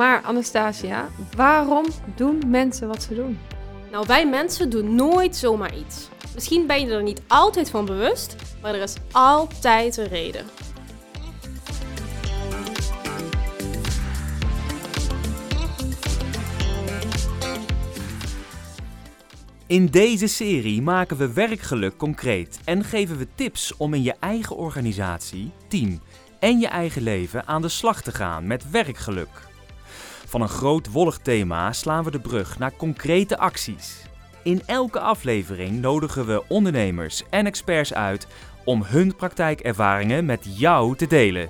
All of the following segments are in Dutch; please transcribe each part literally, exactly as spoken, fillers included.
Maar Anastasia, waarom doen mensen wat ze doen? Nou, wij mensen doen nooit zomaar iets. Misschien ben je er niet altijd van bewust, maar er is altijd een reden. In deze serie maken we werkgeluk concreet en geven we tips om in je eigen organisatie, team en je eigen leven aan de slag te gaan met werkgeluk. Van een groot wollig thema slaan we de brug naar concrete acties. In elke aflevering nodigen we ondernemers en experts uit om hun praktijkervaringen met jou te delen.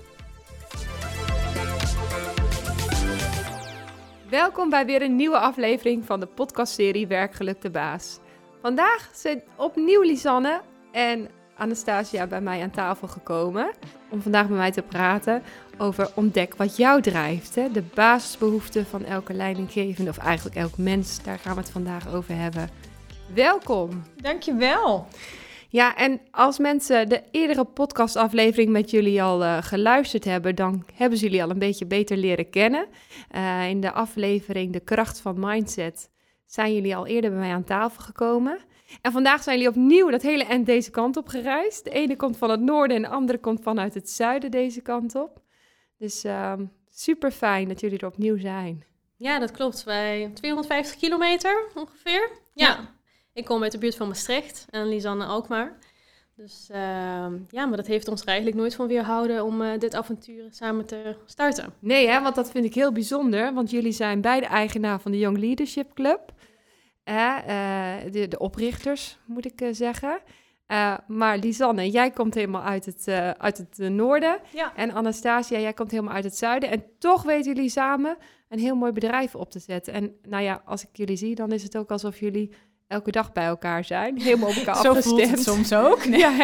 Welkom bij weer een nieuwe aflevering van de podcastserie Werkgeluk de Baas. Vandaag zijn opnieuw Lisanne en Anastasia bij mij aan tafel gekomen om vandaag met mij te praten over ontdek wat jou drijft. Hè? De basisbehoeften van elke leidinggevende, of eigenlijk elk mens, daar gaan we het vandaag over hebben. Welkom! Dankjewel! Ja, en als mensen de eerdere podcastaflevering met jullie al uh, geluisterd hebben, dan hebben ze jullie al een beetje beter leren kennen. Uh, in de aflevering De Kracht van Mindset zijn jullie al eerder bij mij aan tafel gekomen. En vandaag zijn jullie opnieuw dat hele eind deze kant op gereisd. De ene komt van het noorden en de andere komt vanuit het zuiden deze kant op. Dus uh, super fijn dat jullie er opnieuw zijn. Ja, dat klopt. Wij tweehonderdvijftig kilometer ongeveer. Ja. ja. Ik kom uit de buurt van Maastricht en Lisanne ook maar. Dus uh, ja, maar dat heeft ons er eigenlijk nooit van weerhouden om uh, dit avontuur samen te starten. Nee, hè, want dat vind ik heel bijzonder, want jullie zijn beide eigenaar van de Young Leadership Club. Uh, uh, de, de oprichters, moet ik uh, zeggen. Uh, maar Lisanne, jij komt helemaal uit het, uh, uit het uh, noorden. Ja. En Anastasia, jij komt helemaal uit het zuiden. En toch weten jullie samen een heel mooi bedrijf op te zetten. En nou ja, als ik jullie zie, dan is het ook alsof jullie elke dag bij elkaar zijn. Helemaal op elkaar Zo afgestemd. voelt het soms ook. Nee. Ja,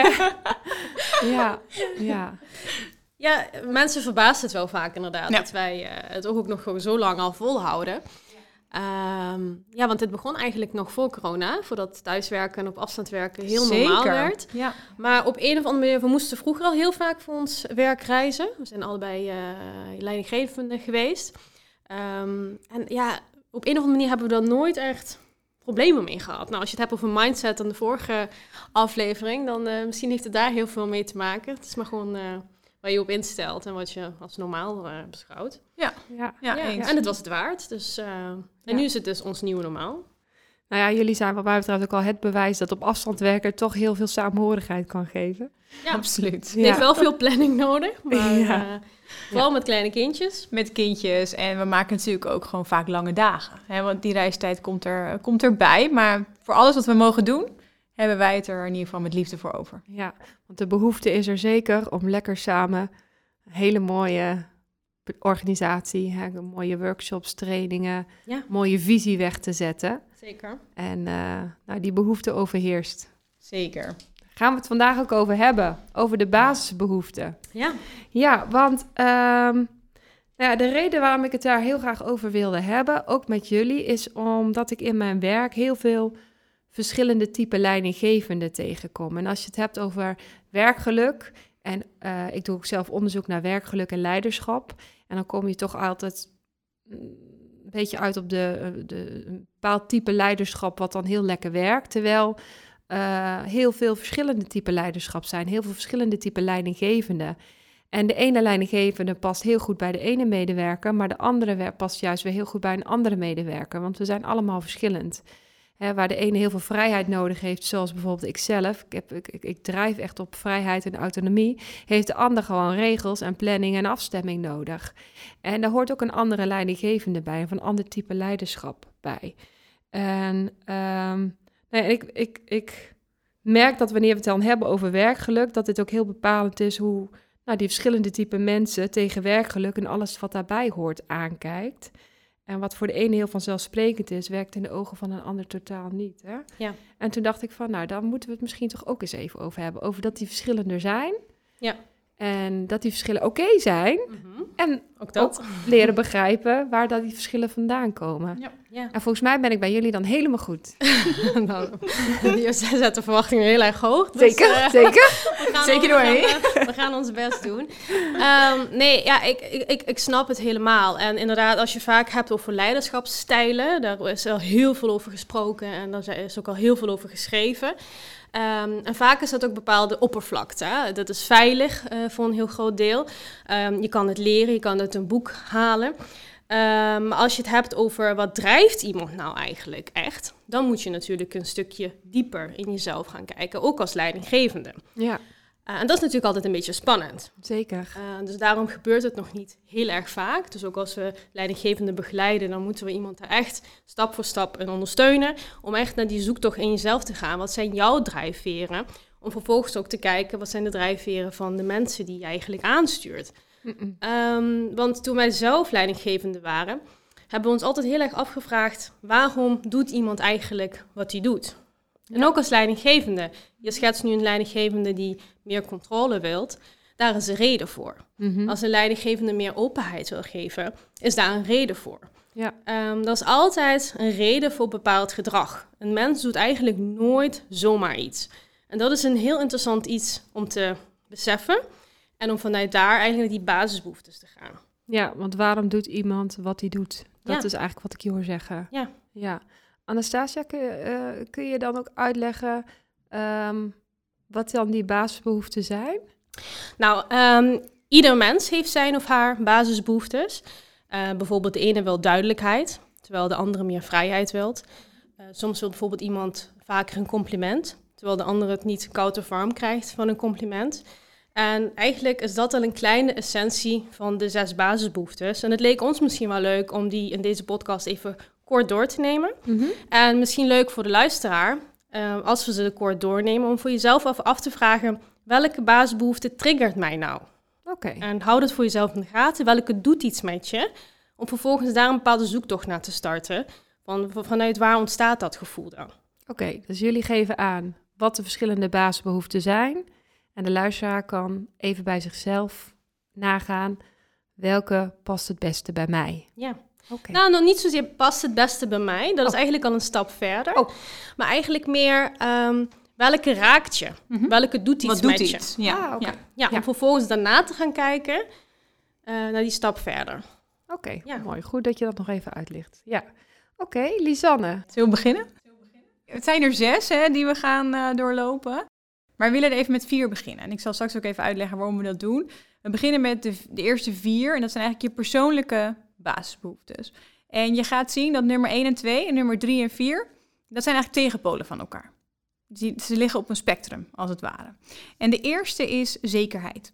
ja, ja. Ja, mensen verbaast het wel vaak inderdaad. Ja. Dat wij uh, het ook nog gewoon zo lang al volhouden. Um, ja, want het begon eigenlijk nog voor corona. Voordat thuiswerken en op afstand werken heel Zeker. normaal werd. Ja. Maar op een of andere manier, we moesten vroeger al heel vaak voor ons werk reizen. We zijn allebei uh, leidinggevende geweest. Um, en ja, op een of andere manier hebben we daar nooit echt problemen mee gehad. Nou, als je het hebt over mindset in de vorige aflevering, dan uh, misschien heeft het daar heel veel mee te maken. Het is maar gewoon uh, waar je op instelt en wat je als normaal uh, beschouwt. Ja, ja. ja, ja eens. en het was het waard. Dus, uh, en Ja. nu is het dus ons nieuwe normaal. Nou ja, jullie zijn wat mij betreft ook al het bewijs dat op afstand werken toch heel veel saamhorigheid kan geven. Ja, Absoluut. Het heeft wel veel planning nodig, maar Ja. uh, vooral met kleine kindjes. Met kindjes. En we maken natuurlijk ook gewoon vaak lange dagen. Hè? Want die reistijd komt, er, komt erbij. Maar voor alles wat we mogen doen, hebben wij het er in ieder geval met liefde voor over. Ja, want de behoefte is er zeker om lekker samen een hele mooie organisatie, hè, mooie workshops, trainingen, Ja. mooie visie weg te zetten. Zeker. En uh, nou, die behoefte overheerst. Zeker. Gaan we het vandaag ook over hebben, over de basisbehoeften. Ja. Ja, want um, nou ja, de reden waarom ik het daar heel graag over wilde hebben, ook met jullie, is omdat ik in mijn werk heel veel verschillende type leidinggevenden tegenkom. En als je het hebt over werkgeluk, en uh, ik doe ook zelf onderzoek naar werkgeluk en leiderschap, en dan kom je toch altijd een beetje uit op de, de, een bepaald type leiderschap wat dan heel lekker werkt, terwijl Uh, heel veel verschillende type leiderschap zijn, heel veel verschillende type leidinggevenden. En de ene leidinggevende past heel goed bij de ene medewerker, maar de andere past juist weer heel goed bij een andere medewerker, want we zijn allemaal verschillend. Hè, waar de ene heel veel vrijheid nodig heeft, zoals bijvoorbeeld ikzelf, ik, heb, ik, ik, ik drijf echt op vrijheid en autonomie, heeft de ander gewoon regels en planning en afstemming nodig. En daar hoort ook een andere leidinggevende bij, of een ander type leiderschap bij. En Um, Nee, ik, ik, ik merk dat wanneer we het dan hebben over werkgeluk, dat dit ook heel bepalend is hoe nou, die verschillende type mensen tegen werkgeluk en alles wat daarbij hoort aankijkt. En wat voor de ene heel vanzelfsprekend is, werkt in de ogen van een ander totaal niet. Hè? Ja. En toen dacht ik van, nou, daar moeten we het misschien toch ook eens even over hebben. Over dat die verschillen er zijn. Ja. En dat die verschillen oké zijn. Mm-hmm. En ook dat. ook leren begrijpen waar dat die verschillen vandaan komen. Ja. Ja. En volgens mij ben ik bij jullie dan helemaal goed. Nou, je zet de verwachtingen heel erg hoog. Dus, Zeker, uh, zeker. we gaan Zeker ons- doorheen. We gaan, we gaan ons best doen. Um, nee, ja, ik, ik, ik snap het helemaal. En inderdaad, als je vaak hebt over leiderschapsstijlen, daar is al heel veel over gesproken en daar is ook al heel veel over geschreven. Um, en vaak is dat ook bepaalde oppervlakte. Hè? Dat is veilig uh, voor een heel groot deel. Um, je kan het leren, je kan het uit een boek halen. Um, als je het hebt over wat drijft iemand nou eigenlijk echt, dan moet je natuurlijk een stukje dieper in jezelf gaan kijken, ook als leidinggevende. Ja, Uh, en dat is natuurlijk altijd een beetje spannend. zeker. Uh, dus daarom gebeurt het nog niet heel erg vaak. Dus ook als we leidinggevenden begeleiden, dan moeten we iemand daar echt stap voor stap in ondersteunen. Om echt naar die zoektocht in jezelf te gaan. Wat zijn jouw drijfveren? Om vervolgens ook te kijken, wat zijn de drijfveren van de mensen die je eigenlijk aanstuurt? Mm-mm. Um, want toen wij zelf leidinggevende waren, hebben we ons altijd heel erg afgevraagd, waarom doet iemand eigenlijk wat hij doet? En ook als leidinggevende. Je schetst nu een leidinggevende die meer controle wilt. Daar is een reden voor. Mhm. Als een leidinggevende meer openheid wil geven, is daar een reden voor. Ja. Um, dat is altijd een reden voor bepaald gedrag. Een mens doet eigenlijk nooit zomaar iets. En dat is een heel interessant iets om te beseffen. En om vanuit daar eigenlijk naar die basisbehoeftes te gaan. Ja, want waarom doet iemand wat hij doet? Dat Ja. is eigenlijk wat ik je hoor zeggen. Ja. Ja. Anastasia, kun je, eh, kun je dan ook uitleggen um, wat dan die basisbehoeften zijn? Nou, um, ieder mens heeft zijn of haar basisbehoeftes. Uh, bijvoorbeeld de ene wil duidelijkheid, terwijl de andere meer vrijheid wil. Uh, soms wil bijvoorbeeld iemand vaker een compliment, terwijl de andere het niet koud of warm krijgt van een compliment. En eigenlijk is dat al een kleine essentie van de zes basisbehoeftes. En het leek ons misschien wel leuk om die in deze podcast even kort door te nemen. Mm-hmm. En misschien leuk voor de luisteraar, uh, als we ze kort doornemen, om voor jezelf af, af te vragen, welke basisbehoefte triggert mij nou? Oké. Okay. En hou dat voor jezelf in de gaten. Welke doet iets met je? Om vervolgens daar een bepaalde zoektocht naar te starten. Van, vanuit waar ontstaat dat gevoel dan? Oké, okay, dus jullie geven aan wat de verschillende basisbehoeften zijn. En de luisteraar kan even bij zichzelf nagaan welke past het beste bij mij. Ja. Okay. Nou, nog niet zozeer past het beste bij mij. Dat oh. is eigenlijk al een stap verder. Oh. Maar eigenlijk meer, um, welke raakt je? Mm-hmm. Welke doet iets Wat met doet je? iets? Ja. Ah, okay. ja. Ja, Ja. om vervolgens daarna te gaan kijken uh, naar die stap verder. Oké, okay, ja. mooi. Goed dat je dat nog even uitlicht. Ja. Oké, okay, Lisanne. Zullen we beginnen? Het zijn er zes hè, die we gaan uh, doorlopen. Maar we willen er even met vier beginnen. En ik zal straks ook even uitleggen waarom we dat doen. We beginnen met de, de eerste vier. En dat zijn eigenlijk je persoonlijke basisbehoeftes. En je gaat zien dat nummer één en twee en nummer drie en vier... dat zijn eigenlijk tegenpolen van elkaar. Die, ze liggen op een spectrum, als het ware. En de eerste is zekerheid.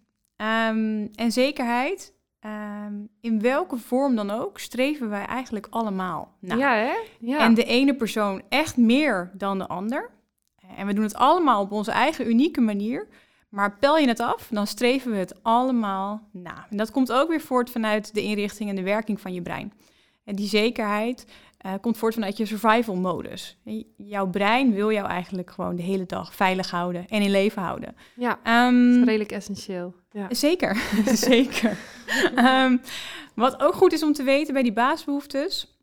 Um, en zekerheid, um, in welke vorm dan ook, streven wij eigenlijk allemaal naar. Ja, hè? Ja. En de ene persoon echt meer dan de ander. En we doen het allemaal op onze eigen unieke manier. Maar pel je het af, dan streven we het allemaal na. En dat komt ook weer voort vanuit de inrichting en de werking van je brein. En die zekerheid uh, komt voort vanuit je survival modus. Jouw brein wil jou eigenlijk gewoon de hele dag veilig houden en in leven houden. Ja, um, dat is redelijk essentieel. Ja. Zeker, zeker. um, wat ook goed is om te weten bij die basisbehoeftes,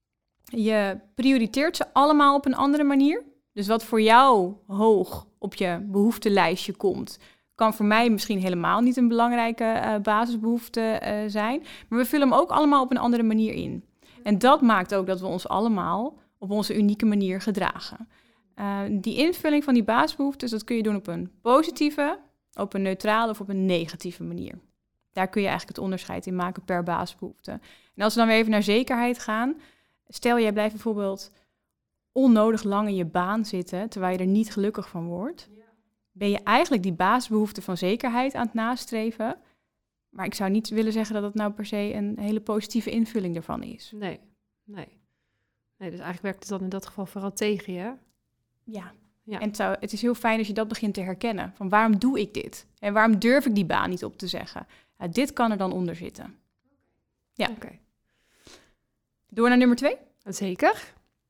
je prioriteert ze allemaal op een andere manier. Dus wat voor jou hoog op je behoeftelijstje komt, kan voor mij misschien helemaal niet een belangrijke uh, basisbehoefte uh, zijn. Maar we vullen hem ook allemaal op een andere manier in. En dat maakt ook dat we ons allemaal op onze unieke manier gedragen. Uh, die invulling van die basisbehoeftes, dat kun je doen op een positieve, op een neutrale of op een negatieve manier. Daar kun je eigenlijk het onderscheid in maken per basisbehoefte. En als we dan weer even naar zekerheid gaan, stel jij blijft bijvoorbeeld onnodig lang in je baan zitten, terwijl je er niet gelukkig van wordt, ben je eigenlijk die basisbehoefte van zekerheid aan het nastreven. Maar ik zou niet willen zeggen dat het nou per se een hele positieve invulling ervan is. Nee, nee. Nee, dus eigenlijk werkt het dan in dat geval vooral tegen je. Ja, ja. En het, zou, het is heel fijn als je dat begint te herkennen. Van waarom doe ik dit? En waarom durf ik die baan niet op te zeggen? Ja, dit kan er dan onder zitten. Ja. Oké. Okay. Door naar nummer twee? Zeker.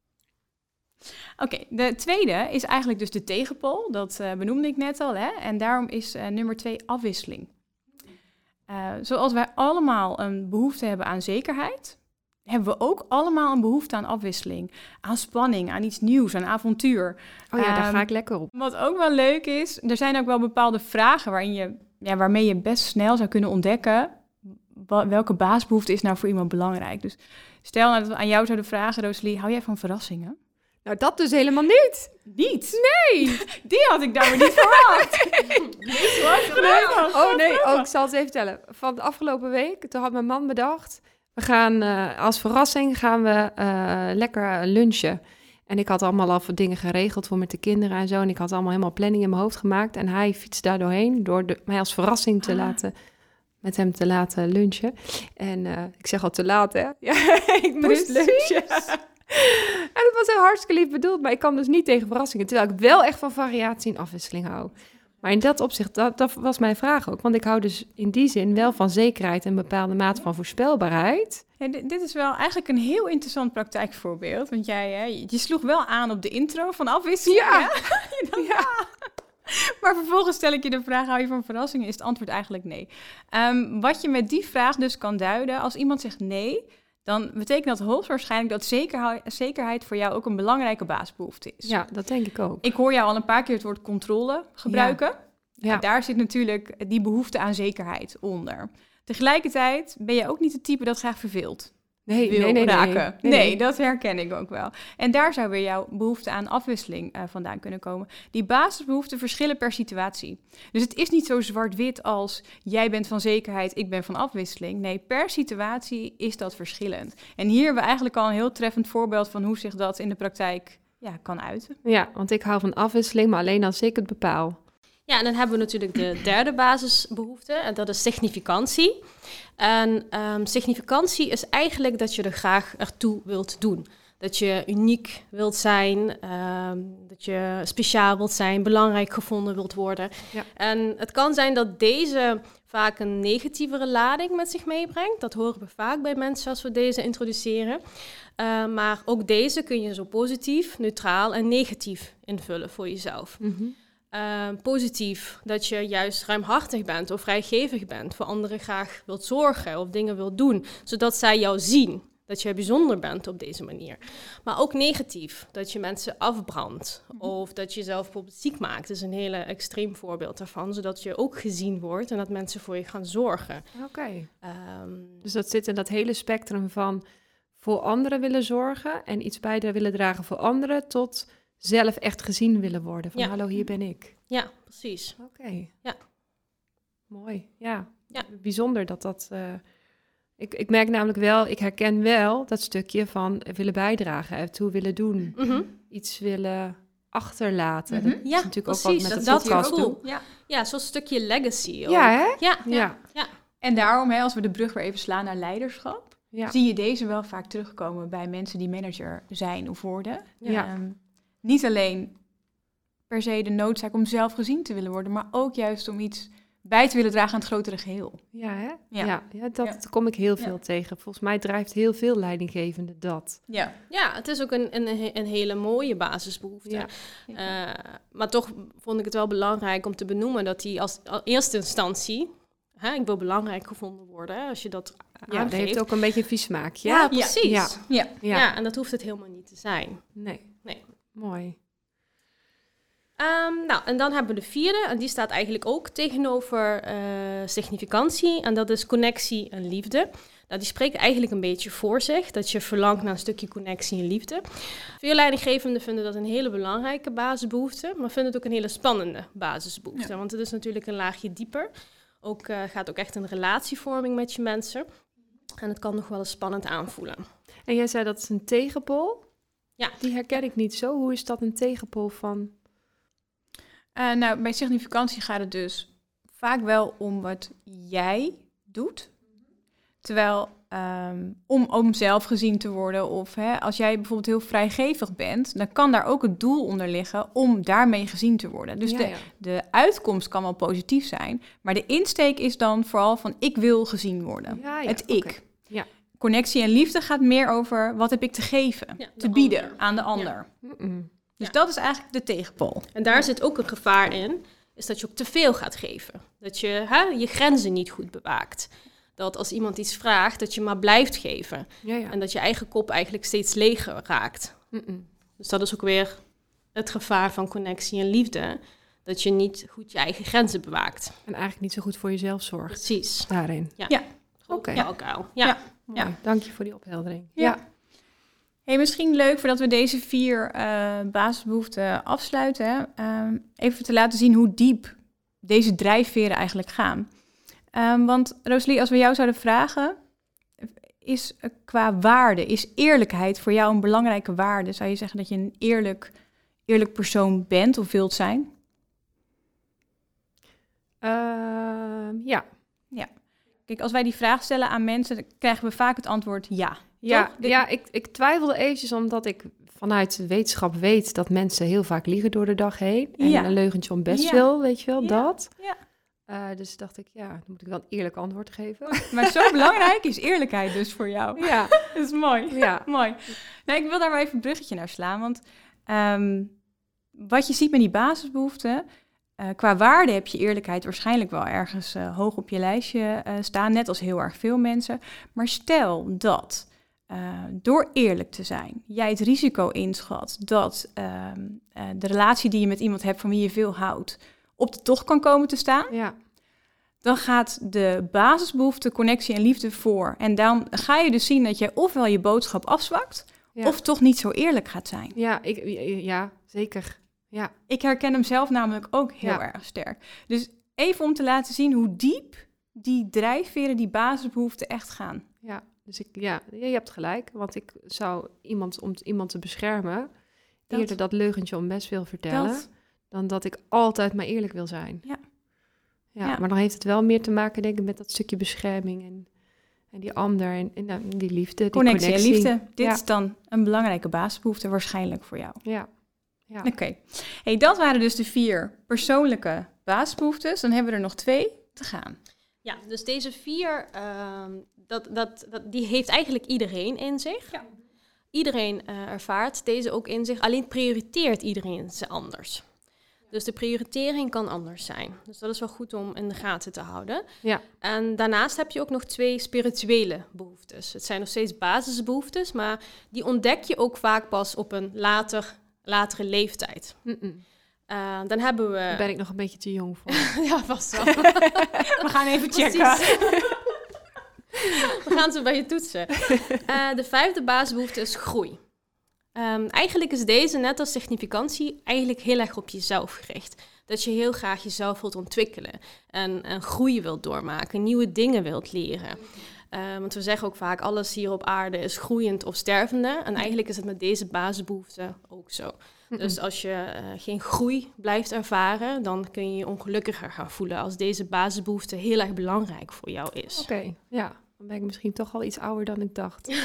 Oké, okay, de tweede is eigenlijk dus de tegenpool. Dat uh, benoemde ik net al. Hè? En daarom is uh, nummer twee afwisseling. Uh, zoals wij allemaal een behoefte hebben aan zekerheid, hebben we ook allemaal een behoefte aan afwisseling, aan spanning, aan iets nieuws, aan avontuur. Oh ja, daar Um, ga ik lekker op. Wat ook wel leuk is, er zijn ook wel bepaalde vragen waarin je, ja, waarmee je best snel zou kunnen ontdekken wa- welke basisbehoefte is nou voor iemand belangrijk. Dus stel nou dat we aan jou zouden vragen, Rosalie, hou jij van verrassingen? Nou, dat dus helemaal niet. Niet? Nee. Die had ik daar weer niet verwacht. Oh nee, oh, ik zal het even vertellen. Van de afgelopen week, toen had mijn man bedacht, we gaan uh, als verrassing gaan we uh, lekker lunchen. En ik had allemaal al wat dingen geregeld voor met de kinderen en zo. En ik had allemaal helemaal planning in mijn hoofd gemaakt. En hij fietst daar doorheen door de, mij als verrassing te ah. laten, met hem te laten lunchen. En uh, ik zeg al te laat, hè? Ja, ik moest lunchen. En het was heel hartstikke lief bedoeld, maar ik kan dus niet tegen verrassingen. Terwijl ik wel echt van variatie en afwisseling hou. Maar in dat opzicht, dat, dat was mijn vraag ook. Want ik hou dus in die zin wel van zekerheid en een bepaalde mate van voorspelbaarheid. Ja, dit, dit is wel eigenlijk een heel interessant praktijkvoorbeeld. Want jij, hè, je sloeg wel aan op de intro van afwisseling. Ja. Ja. dacht, ja. Maar vervolgens stel ik je de vraag, hou je van verrassingen? Is het antwoord eigenlijk nee. Um, wat je met die vraag dus kan duiden, als iemand zegt nee, dan betekent dat hoogstwaarschijnlijk dat zekerheid, zekerheid voor jou ook een belangrijke basisbehoefte is. Ja, dat denk ik ook. Ik hoor jou al een paar keer het woord controle gebruiken. Ja. Ja. Daar zit natuurlijk die behoefte aan zekerheid onder. Tegelijkertijd ben je ook niet het type dat graag verveelt. Nee, wil nee, nee, raken. Nee, nee, nee. nee, dat herken ik ook wel. En daar zou weer jouw behoefte aan afwisseling uh, vandaan kunnen komen. Die basisbehoeften verschillen per situatie. Dus het is niet zo zwart-wit als jij bent van zekerheid, ik ben van afwisseling. Nee, per situatie is dat verschillend. En hier hebben we eigenlijk al een heel treffend voorbeeld van hoe zich dat in de praktijk ja, kan uiten. Ja, want ik hou van afwisseling, maar alleen als ik het bepaal. Ja, en dan hebben we natuurlijk de derde basisbehoefte en dat is significantie. En um, significantie is eigenlijk dat je er graag ertoe wilt doen. Dat je uniek wilt zijn, um, dat je speciaal wilt zijn, belangrijk gevonden wilt worden. Ja. En het kan zijn dat deze vaak een negatievere lading met zich meebrengt. Dat horen we vaak bij mensen als we deze introduceren. Uh, maar ook deze kun je zo positief, neutraal en negatief invullen voor jezelf. Mm-hmm. Uh, positief, dat je juist ruimhartig bent of vrijgevig bent, voor anderen graag wilt zorgen of dingen wilt doen, zodat zij jou zien, dat je bijzonder bent op deze manier. Maar ook negatief, dat je mensen afbrandt of dat je jezelf bijvoorbeeld ziek maakt. Dat is een hele extreem voorbeeld daarvan, zodat je ook gezien wordt en dat mensen voor je gaan zorgen. Oké. Okay. Um, dus dat zit in dat hele spectrum van voor anderen willen zorgen en iets bij willen dragen voor anderen tot zelf echt gezien willen worden. Van ja. Hallo, hier ben ik. Ja, precies. Oké. Okay. Ja. Mooi, ja. ja. Bijzonder dat dat... Uh, ik, ik merk namelijk wel, ik herken wel dat stukje van willen bijdragen, ertoe willen doen. Mm-hmm. Iets willen achterlaten. Mm-hmm. Dat ja, is natuurlijk precies. ook wat met dat, de podcast cool. doen. Ja, ja zo'n stukje legacy. Ook. Ja, hè? Ja, ja, ja. ja. En daarom, hè, als we de brug weer even slaan naar leiderschap, ja. zie je deze wel vaak terugkomen bij mensen die manager zijn of worden. Ja. Um, niet alleen per se de noodzaak om zelf gezien te willen worden, maar ook juist om iets bij te willen dragen aan het grotere geheel. Ja, hè? Ja, ja, ja dat ja. kom ik heel veel ja. tegen. Volgens mij drijft heel veel leidinggevende dat. Ja, ja het is ook een, een, een hele mooie basisbehoefte. Ja. Uh, maar toch vond ik het wel belangrijk om te benoemen dat die als, als eerste instantie, hè, ik wil belangrijk gevonden worden, als je dat ja, aangeeft. dat heeft ook een beetje een vies smaakje. Ja, precies. Ja. Ja. Ja. ja, en dat hoeft het helemaal niet te zijn. Nee. Nee. Mooi. Um, nou, en dan hebben we de vierde, en die staat eigenlijk ook tegenover uh, significantie, en dat is connectie en liefde. Nou, die spreekt eigenlijk een beetje voor zich, dat je verlangt naar een stukje connectie en liefde. Veel leidinggevenden vinden dat een hele belangrijke basisbehoefte, maar vinden het ook een hele spannende basisbehoefte, ja. Want het is natuurlijk een laagje dieper. Ook uh, gaat ook echt een relatievorming met je mensen, en het kan nog wel eens spannend aanvoelen. En jij zei dat is een tegenpool? Ja. Die herken ik niet zo. Hoe is dat een tegenpool van? Uh, nou, bij significantie gaat het dus vaak wel om wat jij doet. Terwijl um, om, om zelf gezien te worden of hè, als jij bijvoorbeeld heel vrijgevig bent, dan kan daar ook het doel onder liggen om daarmee gezien te worden. Dus ja, de, ja. de uitkomst kan wel positief zijn, maar de insteek is dan vooral van ik wil gezien worden. Ja, ja, het okay. ik. Ja. Connectie en liefde gaat meer over wat heb ik te geven, ja, te bieden ander. aan de ander. Ja. Dus ja. dat is eigenlijk de tegenpool. En daar zit ook een gevaar in. is dat je ook te veel gaat geven. Dat je hè, je grenzen niet goed bewaakt. Dat als iemand iets vraagt, dat je maar blijft geven. Ja, ja. En dat je eigen kop eigenlijk steeds leger raakt. Mm-mm. Dus dat is ook weer het gevaar van connectie en liefde. Dat je niet goed je eigen grenzen bewaakt. En eigenlijk niet zo goed voor jezelf zorgt Precies. daarin. Ja. Ja. Oké. Oké. Valkuil. Ja. Ja. Mooi. Ja. Dank je voor die opheldering. Ja. Ja. Hey, misschien leuk voordat we deze vier uh, basisbehoeften afsluiten, um, even te laten zien hoe diep deze drijfveren eigenlijk gaan. Um, want Rosalie, als we jou zouden vragen, is uh, qua waarde, is eerlijkheid voor jou een belangrijke waarde? Zou je zeggen dat je een eerlijk, eerlijk persoon bent of wilt zijn? Uh, ja. Ja. Kijk, als wij die vraag stellen aan mensen, dan krijgen we vaak het antwoord ja. Ja, Toch? ja ik, ik twijfelde eventjes omdat ik vanuit de wetenschap weet dat mensen heel vaak liegen door de dag heen. En Ja. een leugentje om best Ja. wil, weet je wel, Ja. dat. Ja. Uh, dus dacht ik, ja, dan moet ik wel een eerlijk antwoord geven. Maar zo belangrijk is eerlijkheid dus voor jou. Ja, Dat is mooi. ja. Mooi. Nou, ik wil daar maar even een bruggetje naar slaan. Want um, wat je ziet met die basisbehoeften, uh, qua waarde heb je eerlijkheid waarschijnlijk wel ergens uh, hoog op je lijstje uh, staan. Net als heel erg veel mensen. Maar stel dat uh, door eerlijk te zijn, jij het risico inschat dat uh, uh, de relatie die je met iemand hebt van wie je veel houdt, op de tocht kan komen te staan. Ja. Dan gaat de basisbehoefte, connectie en liefde voor. En dan ga je dus zien dat je ofwel je boodschap afzwakt, Ja. of toch niet zo eerlijk gaat zijn. Ja, ik, ja, zeker. Ja. Ik herken hem zelf namelijk ook heel Ja. erg sterk. Dus even om te laten zien hoe diep die drijfveren, die basisbehoeften echt gaan. Ja, dus ik, ja, je hebt gelijk. Want ik zou iemand, om iemand te beschermen, Dat- eerder dat leugentje om best wil vertellen, Dat, dan dat ik altijd maar eerlijk wil zijn. Ja. Ja, Ja. maar dan heeft het wel meer te maken, denk ik, met dat stukje bescherming en, en die ander en, en nou, die liefde, die connectie, connectie. en liefde. Dit Ja. is dan een belangrijke basisbehoefte waarschijnlijk voor jou. Ja, ja. Oké. Hey, dat waren dus de vier persoonlijke basisbehoeftes. Dan hebben we er nog twee te gaan. Ja, dus deze vier, ehm, dat, dat, dat, die heeft eigenlijk iedereen in zich. Ja. Iedereen uh, ervaart deze ook in zich, alleen prioriteert iedereen ze anders. Dus de prioritering kan anders zijn. Dus dat is wel goed om in de gaten te houden. Ja. En daarnaast heb je ook nog twee spirituele behoeftes. Het zijn nog steeds basisbehoeftes, maar die ontdek je ook vaak pas op een later, latere leeftijd. Mm-mm. Uh, dan hebben we... Daar ben ik nog een beetje te jong voor. ja, vast wel. We gaan even checken. Precies. We gaan zo bij je toetsen. Uh, de vijfde basisbehoefte is groei. Um, eigenlijk is deze, net als significantie, eigenlijk heel erg op jezelf gericht. Dat je heel graag jezelf wilt ontwikkelen en, en groei wilt doormaken, nieuwe dingen wilt leren. Uh, want we zeggen ook vaak, alles hier op aarde is groeiend of stervende. En eigenlijk is het met deze basisbehoefte ook zo. Mm-mm. Dus als je uh, geen groei blijft ervaren, dan kun je je ongelukkiger gaan voelen als deze basisbehoefte heel erg belangrijk voor jou is. Oké, okay, ja. Dan ben ik misschien toch al iets ouder dan ik dacht.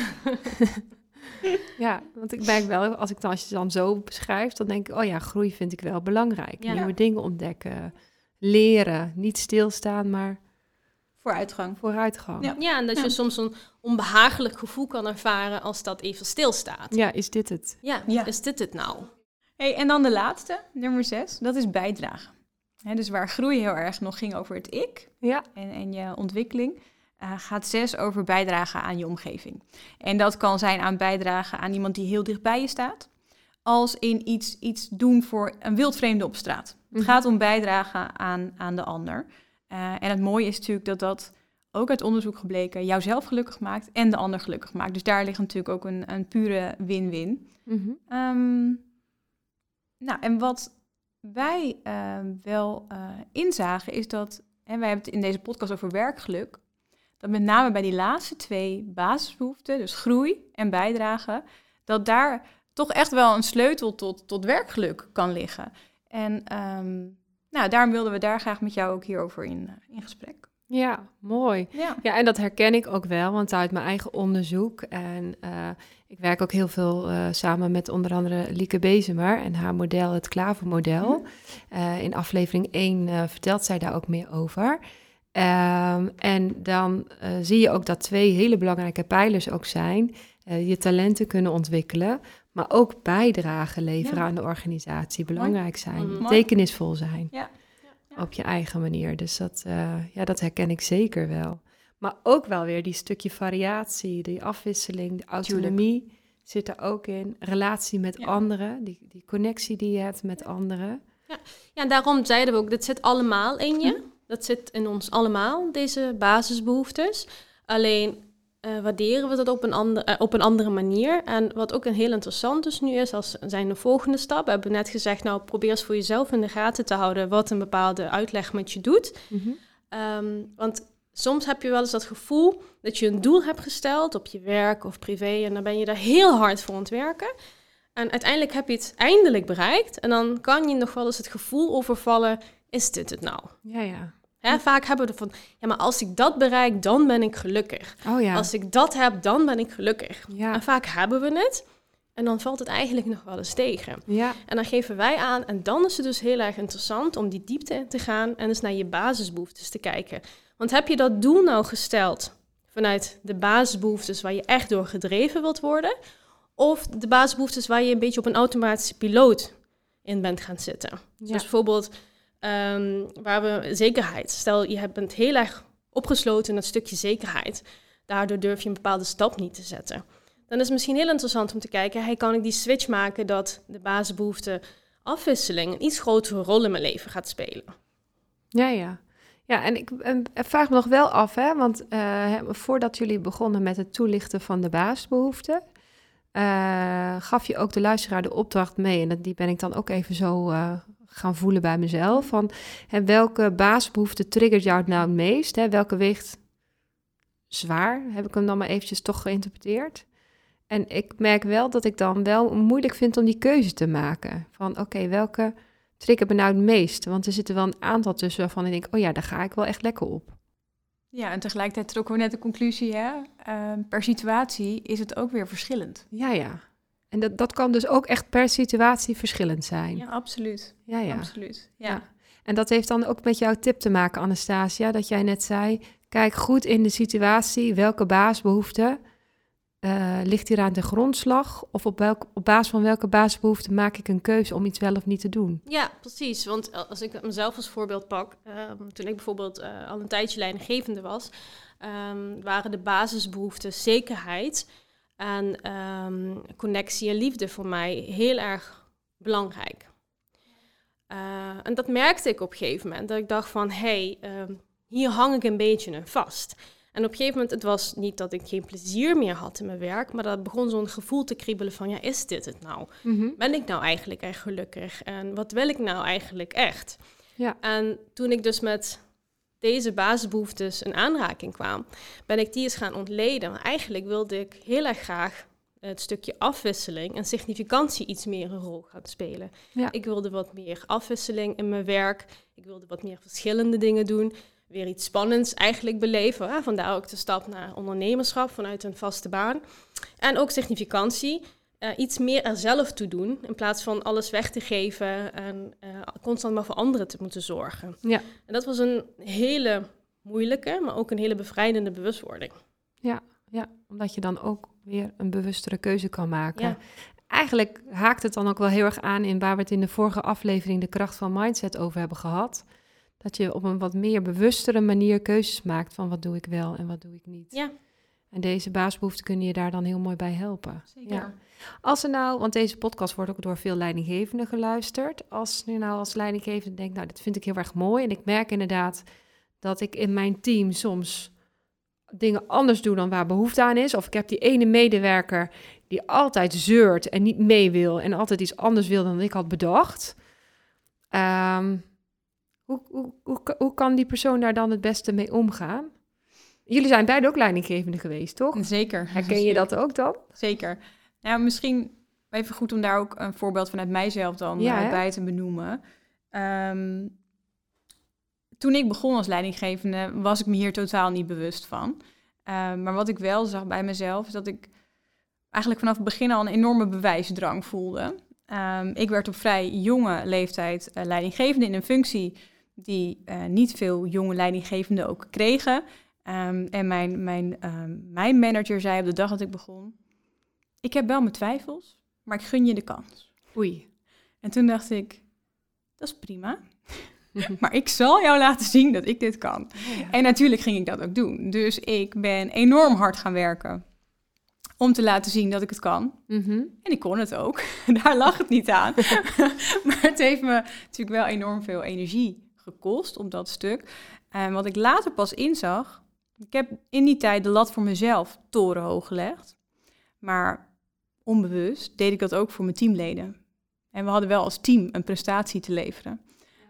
Ja, want ik merk wel, als, ik dan, als je het dan zo beschrijft, dan denk ik, oh ja, groei vind ik wel belangrijk. Ja. Nieuwe dingen ontdekken, leren, niet stilstaan, maar Vooruitgang. vooruitgang. Ja. Ja, en dat Ja. je soms een onbehagelijk gevoel kan ervaren als dat even stilstaat. Ja, is dit het? Ja, Ja. is dit het nou? Hey, en dan de laatste, nummer zes, dat is bijdragen. Hè, dus waar groei heel erg nog ging over het ik Ja. en, en je ontwikkeling, uh, gaat zes over bijdragen aan je omgeving. En dat kan zijn aan bijdragen aan iemand die heel dicht bij je staat, als in iets, iets doen voor een wildvreemde op straat. Mhm. Het gaat om bijdragen aan, aan de ander. Uh, en het mooie is natuurlijk dat dat ook uit onderzoek gebleken jouzelf gelukkig maakt en de ander gelukkig maakt. Dus daar ligt natuurlijk ook een, een pure win-win. Mm-hmm. Um, nou, en wat wij uh, wel uh, inzagen is dat, en wij hebben het in deze podcast over werkgeluk, dat met name bij die laatste twee basisbehoeften, dus groei en bijdragen, dat daar toch echt wel een sleutel tot, tot werkgeluk kan liggen. En um, nou, daarom wilden we daar graag met jou ook hierover in, in gesprek. Ja, mooi. Ja. Ja, en dat herken ik ook wel, want uit mijn eigen onderzoek. En uh, ik werk ook heel veel uh, samen met onder andere Lieke Bezemer en haar model, het klavermodel. Mm-hmm. Uh, in aflevering één uh, vertelt zij daar ook meer over. Um, en dan uh, zie je ook dat twee hele belangrijke pijlers ook zijn. Uh, je talenten kunnen ontwikkelen, maar ook bijdrage leveren Ja. aan de organisatie. Belangrijk zijn, Mm-hmm. betekenisvol zijn. Ja. Ja. op je eigen manier. Dus dat, uh, ja, dat herken ik zeker wel. Maar ook wel weer die stukje variatie, die afwisseling, de autonomie Tuurlijk. Zit er ook in. Relatie met ja. anderen, die, die connectie die je hebt met anderen. Ja. ja, daarom zeiden we ook, dat zit allemaal in je. Hm. Dat zit in ons allemaal, deze basisbehoeftes. Alleen uh, waarderen we dat op een, ander, uh, op een andere manier. En wat ook een heel interessant dus nu is, als zijn de volgende stap. We hebben net gezegd, nou probeer eens voor jezelf in de gaten te houden wat een bepaalde uitleg met je doet. Mm-hmm. Um, want soms heb je wel eens dat gevoel dat je een doel hebt gesteld op je werk of privé. En dan ben je daar heel hard voor aan het werken. En uiteindelijk heb je het eindelijk bereikt. En dan kan je nog wel eens het gevoel overvallen, is dit het nou? Ja, ja. Hè, vaak hebben we ervan, ja, maar als ik dat bereik, dan ben ik gelukkig. Oh, ja. Als ik dat heb, dan ben ik gelukkig. Ja. En vaak hebben we het. En dan valt het eigenlijk nog wel eens tegen. Ja. En dan geven wij aan. En dan is het dus heel erg interessant om die diepte in te gaan. En eens naar je basisbehoeftes te kijken. Want heb je dat doel nou gesteld vanuit de basisbehoeftes waar je echt door gedreven wilt worden? Of de basisbehoeftes waar je een beetje op een automatische piloot in bent gaan zitten? Ja. Dus bijvoorbeeld um, waar we zekerheid. Stel, je bent heel erg opgesloten in dat stukje zekerheid. Daardoor durf je een bepaalde stap niet te zetten. Dan is het misschien heel interessant om te kijken, hey, kan ik die switch maken dat de basisbehoefte afwisseling een iets grotere rol in mijn leven gaat spelen? Ja, ja. Ja, en ik en vraag me nog wel af, hè, want uh, voordat jullie begonnen met het toelichten van de basisbehoeften, uh, gaf je ook de luisteraar de opdracht mee. En dat, die ben ik dan ook even zo uh, gaan voelen bij mezelf. Van, hè, welke basisbehoefte triggert jou nou het meest? Hè? Welke weegt zwaar? Heb ik hem dan maar eventjes toch geïnterpreteerd? En ik merk wel dat ik dan wel moeilijk vind om die keuze te maken. Van oké, okay, welke triggert me nou het meest? Want er zitten wel een aantal tussen waarvan ik denk, oh ja, daar ga ik wel echt lekker op. Ja, en tegelijkertijd trokken we net de conclusie, hè? Uh, per situatie is het ook weer verschillend. Ja, ja. En dat, dat kan dus ook echt per situatie verschillend zijn. Ja, absoluut. Ja, ja. Absoluut, ja. ja. En dat heeft dan ook met jouw tip te maken, Anastasia, dat jij net zei, kijk goed in de situatie, welke basisbehoeften uh, ligt hier aan de grondslag? Of op, welk, op basis van welke basisbehoeften maak ik een keuze om iets wel of niet te doen? Ja, precies. Want als ik mezelf als voorbeeld pak, um, toen ik bijvoorbeeld uh, al een tijdje leidinggevende was, um, waren de basisbehoeften zekerheid en um, connectie en liefde voor mij heel erg belangrijk. Uh, en dat merkte ik op een gegeven moment, dat ik dacht van, hé, hey, um, hier hang ik een beetje in vast. En op een gegeven moment, het was niet dat ik geen plezier meer had in mijn werk, maar dat begon zo'n gevoel te kriebelen van, ja, is dit het nou? Mm-hmm. Ben ik nou eigenlijk echt gelukkig? En wat wil ik nou eigenlijk echt? Ja. En toen ik dus met deze basisbehoeftes in aanraking kwam, ben ik die eens gaan ontleden. Maar eigenlijk wilde ik heel erg graag het stukje afwisseling en significantie iets meer een rol gaan spelen. Ja. Ik wilde wat meer afwisseling in mijn werk. Ik wilde wat meer verschillende dingen doen. Weer iets spannends eigenlijk beleven. Hè? Vandaar ook de stap naar ondernemerschap vanuit een vaste baan. En ook significantie. Uh, iets meer er zelf toe doen. In plaats van alles weg te geven en uh, constant maar voor anderen te moeten zorgen. Ja. En dat was een hele moeilijke, maar ook een hele bevrijdende bewustwording. Ja, ja, omdat je dan ook weer een bewustere keuze kan maken. Ja. Eigenlijk haakt het dan ook wel heel erg aan in waar we het in de vorige aflevering de kracht van mindset over hebben gehad. Dat je op een wat meer bewustere manier keuzes maakt van wat doe ik wel en wat doe ik niet. Ja. En deze basisbehoeften kunnen je daar dan heel mooi bij helpen. Zeker. Ja. Als er nou, want deze podcast wordt ook door veel leidinggevenden geluisterd. Als je nou als leidinggevende denkt, nou, dit vind ik heel erg mooi. En ik merk inderdaad dat ik in mijn team soms dingen anders doe dan waar behoefte aan is. Of ik heb die ene medewerker die altijd zeurt en niet mee wil en altijd iets anders wil dan ik had bedacht. Um, hoe, hoe, hoe, hoe kan die persoon daar dan het beste mee omgaan? Jullie zijn beide ook leidinggevende geweest, toch? Zeker. Herken je dat ook dan? Zeker. Nou, misschien even goed om daar ook een voorbeeld vanuit mijzelf dan ja, uh, bij te benoemen. Um, toen ik begon als leidinggevende was ik me hier totaal niet bewust van. Uh, maar wat ik wel zag bij mezelf is dat ik eigenlijk vanaf het begin al een enorme bewijsdrang voelde. Um, ik werd op vrij jonge leeftijd uh, leidinggevende in een functie die uh, niet veel jonge leidinggevenden ook kregen. Um, en mijn, mijn, um, mijn manager zei op de dag dat ik begon, ik heb wel mijn twijfels, maar ik gun je de kans. Oei. En toen dacht ik, dat is prima. maar ik zal jou laten zien dat ik dit kan. Oh, ja. En natuurlijk ging ik dat ook doen. Dus ik ben enorm hard gaan werken om te laten zien dat ik het kan. Mm-hmm. En ik kon het ook. Daar lag het niet aan. Maar het heeft me natuurlijk wel enorm veel energie gekost op dat stuk. En wat ik later pas inzag, ik heb in die tijd de lat voor mezelf torenhoog gelegd. Maar onbewust deed ik dat ook voor mijn teamleden. En we hadden wel als team een prestatie te leveren.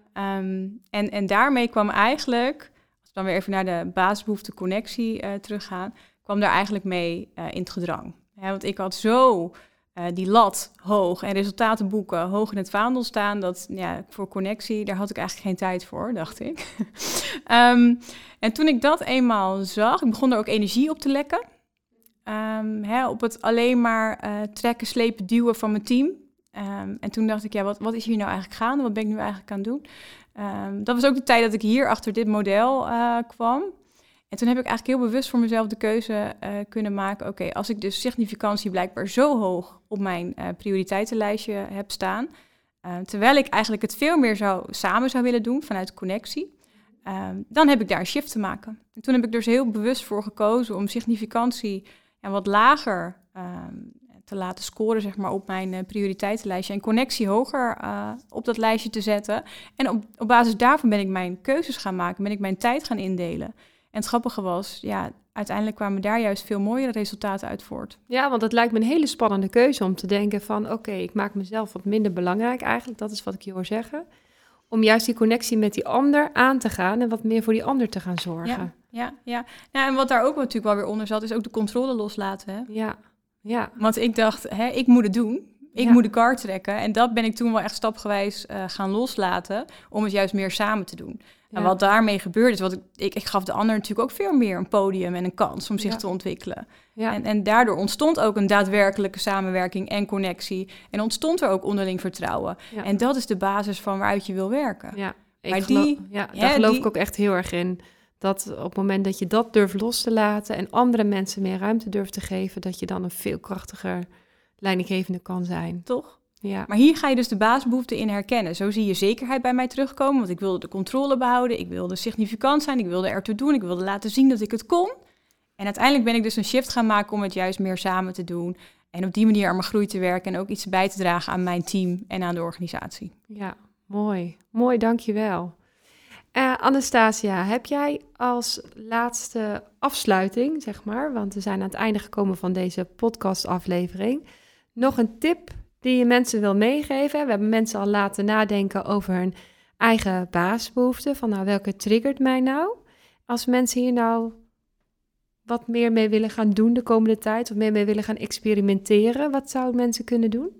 Um, en, en daarmee kwam eigenlijk, als we dan weer even naar de basisbehoefte connectie uh, teruggaan, kwam daar eigenlijk mee uh, in het gedrang. Ja, want ik had zo uh, die lat hoog en resultaten boeken hoog in het vaandel staan, dat ja, voor connectie, daar had ik eigenlijk geen tijd voor, dacht ik. um, en toen ik dat eenmaal zag, ik begon er ook energie op te lekken. Um, hè, op het alleen maar uh, trekken, slepen, duwen van mijn team. Um, en toen dacht ik, ja, wat, wat is hier nou eigenlijk gaande? Wat ben ik nu eigenlijk aan het doen? Um, dat was ook de tijd dat ik hier achter dit model uh, kwam. En toen heb ik eigenlijk heel bewust voor mezelf de keuze uh, kunnen maken. Oké, okay, als ik dus significantie blijkbaar zo hoog op mijn uh, prioriteitenlijstje heb staan, uh, terwijl ik eigenlijk het veel meer zou, samen zou willen doen vanuit connectie, um, dan heb ik daar een shift te maken. En toen heb ik dus heel bewust voor gekozen om significantie ja, wat lager um, te laten scoren, zeg maar, op mijn uh, prioriteitenlijstje en connectie hoger uh, op dat lijstje te zetten. En op, op basis daarvan ben ik mijn keuzes gaan maken, ben ik mijn tijd gaan indelen. En het grappige was, ja, uiteindelijk kwamen daar juist veel mooiere resultaten uit voort. Ja, want het lijkt me een hele spannende keuze om te denken van, oké, okay, ik maak mezelf wat minder belangrijk eigenlijk, dat is wat ik je hoor zeggen, om juist die connectie met die ander aan te gaan en wat meer voor die ander te gaan zorgen. Ja, ja, ja. Nou, en wat daar ook natuurlijk wel weer onder zat, is ook de controle loslaten. Hè? Ja, ja. Want ik dacht, hè, ik moet het doen. Ik ja. moet de kar trekken. En dat ben ik toen wel echt stapgewijs uh, gaan loslaten, om het juist meer samen te doen. Ja. En wat daarmee gebeurde is, wat ik, ik, ik gaf de ander natuurlijk ook veel meer een podium en een kans om zich ja. te ontwikkelen. Ja. En, en daardoor ontstond ook een daadwerkelijke samenwerking en connectie. En ontstond er ook onderling vertrouwen. Ja. En dat is de basis van waaruit je wil werken. Ja, ik maar geloof, die, ja daar ja, geloof die, ik ook echt heel erg in. Dat op het moment dat je dat durft los te laten en andere mensen meer ruimte durft te geven, dat je dan een veel krachtiger leidinggevende kan zijn. Toch? Ja. Maar hier ga je dus de basisbehoeften in herkennen. Zo zie je zekerheid bij mij terugkomen, want ik wilde de controle behouden, ik wilde significant zijn, ik wilde ertoe doen, ik wilde laten zien dat ik het kon. En uiteindelijk ben ik dus een shift gaan maken om het juist meer samen te doen en op die manier aan mijn groei te werken en ook iets bij te dragen aan mijn team en aan de organisatie. Ja, mooi. Mooi, dankjewel. Uh, Anastasia, heb jij als laatste afsluiting, zeg maar, want we zijn aan het einde gekomen van deze podcastaflevering, nog een tip die je mensen wil meegeven? We hebben mensen al laten nadenken over hun eigen basisbehoeften, van nou, welke triggert mij nou? Als mensen hier nou wat meer mee willen gaan doen de komende tijd, of meer mee willen gaan experimenteren, wat zouden mensen kunnen doen?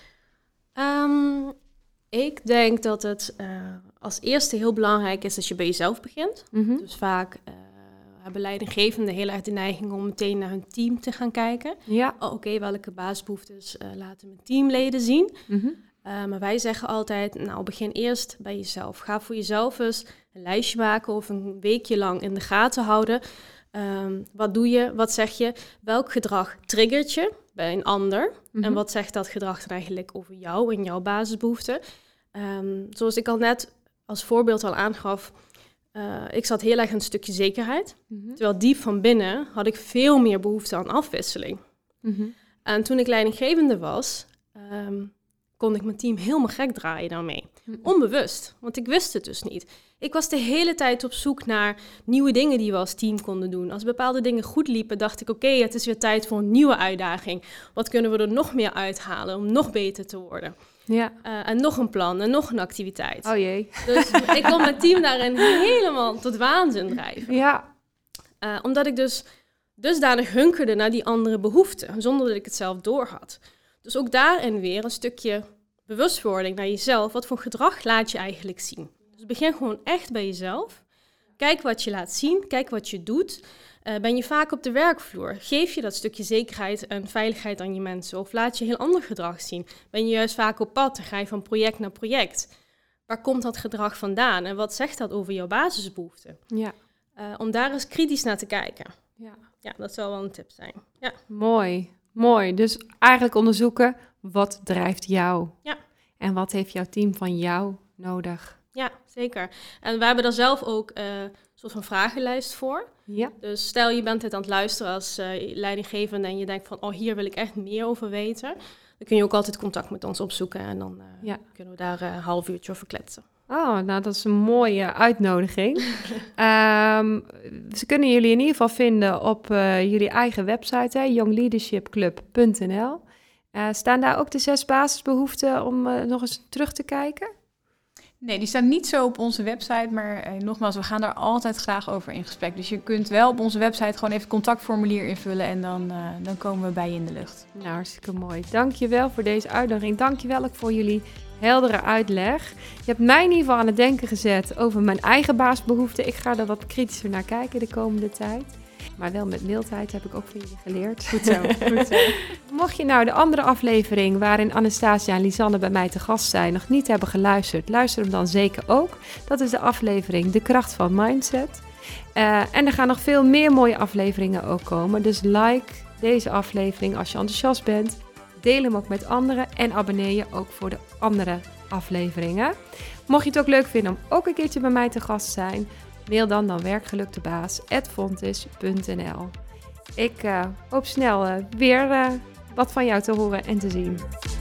Um, ik denk dat het uh, als eerste heel belangrijk is dat je bij jezelf begint. Mm-hmm. Dus vaak uh, hebben leidinggevenden heel erg de neiging om meteen naar hun team te gaan kijken. Ja. Oh, Oké, okay, welke basisbehoeftes uh, laten mijn teamleden zien? Mm-hmm. Uh, maar wij zeggen altijd, nou, begin eerst bij jezelf. Ga voor jezelf eens een lijstje maken of een weekje lang in de gaten houden. Um, wat doe je? Wat zeg je? Welk gedrag triggert je bij een ander? Mm-hmm. En wat zegt dat gedrag dan eigenlijk over jou en jouw basisbehoeften? Um, zoals ik al net als voorbeeld al aangaf, uh, ik zat heel erg in een stukje zekerheid. Mm-hmm. Terwijl diep van binnen had ik veel meer behoefte aan afwisseling. Mm-hmm. En toen ik leidinggevende was, um, kon ik mijn team helemaal gek draaien daarmee. Mm-hmm. Onbewust, want ik wist het dus niet. Ik was de hele tijd op zoek naar nieuwe dingen die we als team konden doen. Als bepaalde dingen goed liepen, dacht ik, oké, okay, het is weer tijd voor een nieuwe uitdaging. Wat kunnen we er nog meer uithalen om nog beter te worden? Ja. Uh, en nog een plan en nog een activiteit. Oh jee. Dus ik kon mijn team daarin helemaal tot waanzin drijven. Ja. Uh, omdat ik dus dusdanig hunkerde naar die andere behoeften, zonder dat ik het zelf doorhad. Dus ook daarin weer een stukje bewustwording naar jezelf. Wat voor gedrag laat je eigenlijk zien? Dus begin gewoon echt bij jezelf. Kijk wat je laat zien, kijk wat je doet. Uh, ben je vaak op de werkvloer? Geef je dat stukje zekerheid en veiligheid aan je mensen? Of laat je heel ander gedrag zien? Ben je juist vaak op pad en ga je van project naar project? Waar komt dat gedrag vandaan? En wat zegt dat over jouw basisbehoeften? Ja. Uh, om daar eens kritisch naar te kijken. Ja. Ja, dat zou wel een tip zijn. Ja. Mooi, mooi. Dus eigenlijk onderzoeken, wat drijft jou? Ja. En wat heeft jouw team van jou nodig? Ja, zeker. En we hebben daar zelf ook uh, een soort van vragenlijst voor. Ja. Dus stel je bent dit aan het luisteren als uh, leidinggevende en je denkt van, oh, hier wil ik echt meer over weten. Dan kun je ook altijd contact met ons opzoeken en dan uh, ja. kunnen we daar uh, een half uurtje over kletsen. Oh, nou dat is een mooie uitnodiging. um, ze kunnen jullie in ieder geval vinden op uh, jullie eigen website, hè, young leadership club punt n l. Uh, staan daar ook de zes basisbehoeften om uh, nog eens terug te kijken? Nee, die staan niet zo op onze website, maar eh, nogmaals, we gaan daar altijd graag over in gesprek. Dus je kunt wel op onze website gewoon even het contactformulier invullen en dan, uh, dan komen we bij je in de lucht. Nou, hartstikke mooi. Dankjewel voor deze uitnodiging. Dankjewel ook voor jullie heldere uitleg. Je hebt mij in ieder geval aan het denken gezet over mijn eigen basisbehoeften. Ik ga er wat kritischer naar kijken de komende tijd. Maar wel met mildheid heb ik ook van jullie geleerd. Goed zo, goed zo. Mocht je nou de andere aflevering waarin Anastasia en Lisanne bij mij te gast zijn nog niet hebben geluisterd, luister hem dan zeker ook. Dat is de aflevering De Kracht van Mindset. Uh, en er gaan nog veel meer mooie afleveringen ook komen. Dus like deze aflevering als je enthousiast bent. Deel hem ook met anderen en abonneer je ook voor de andere afleveringen. Mocht je het ook leuk vinden om ook een keertje bij mij te gast te zijn, mail dan dan werkgeluktebaas apenstaartje fontis punt n l. Ik uh, hoop snel uh, weer uh, wat van jou te horen en te zien.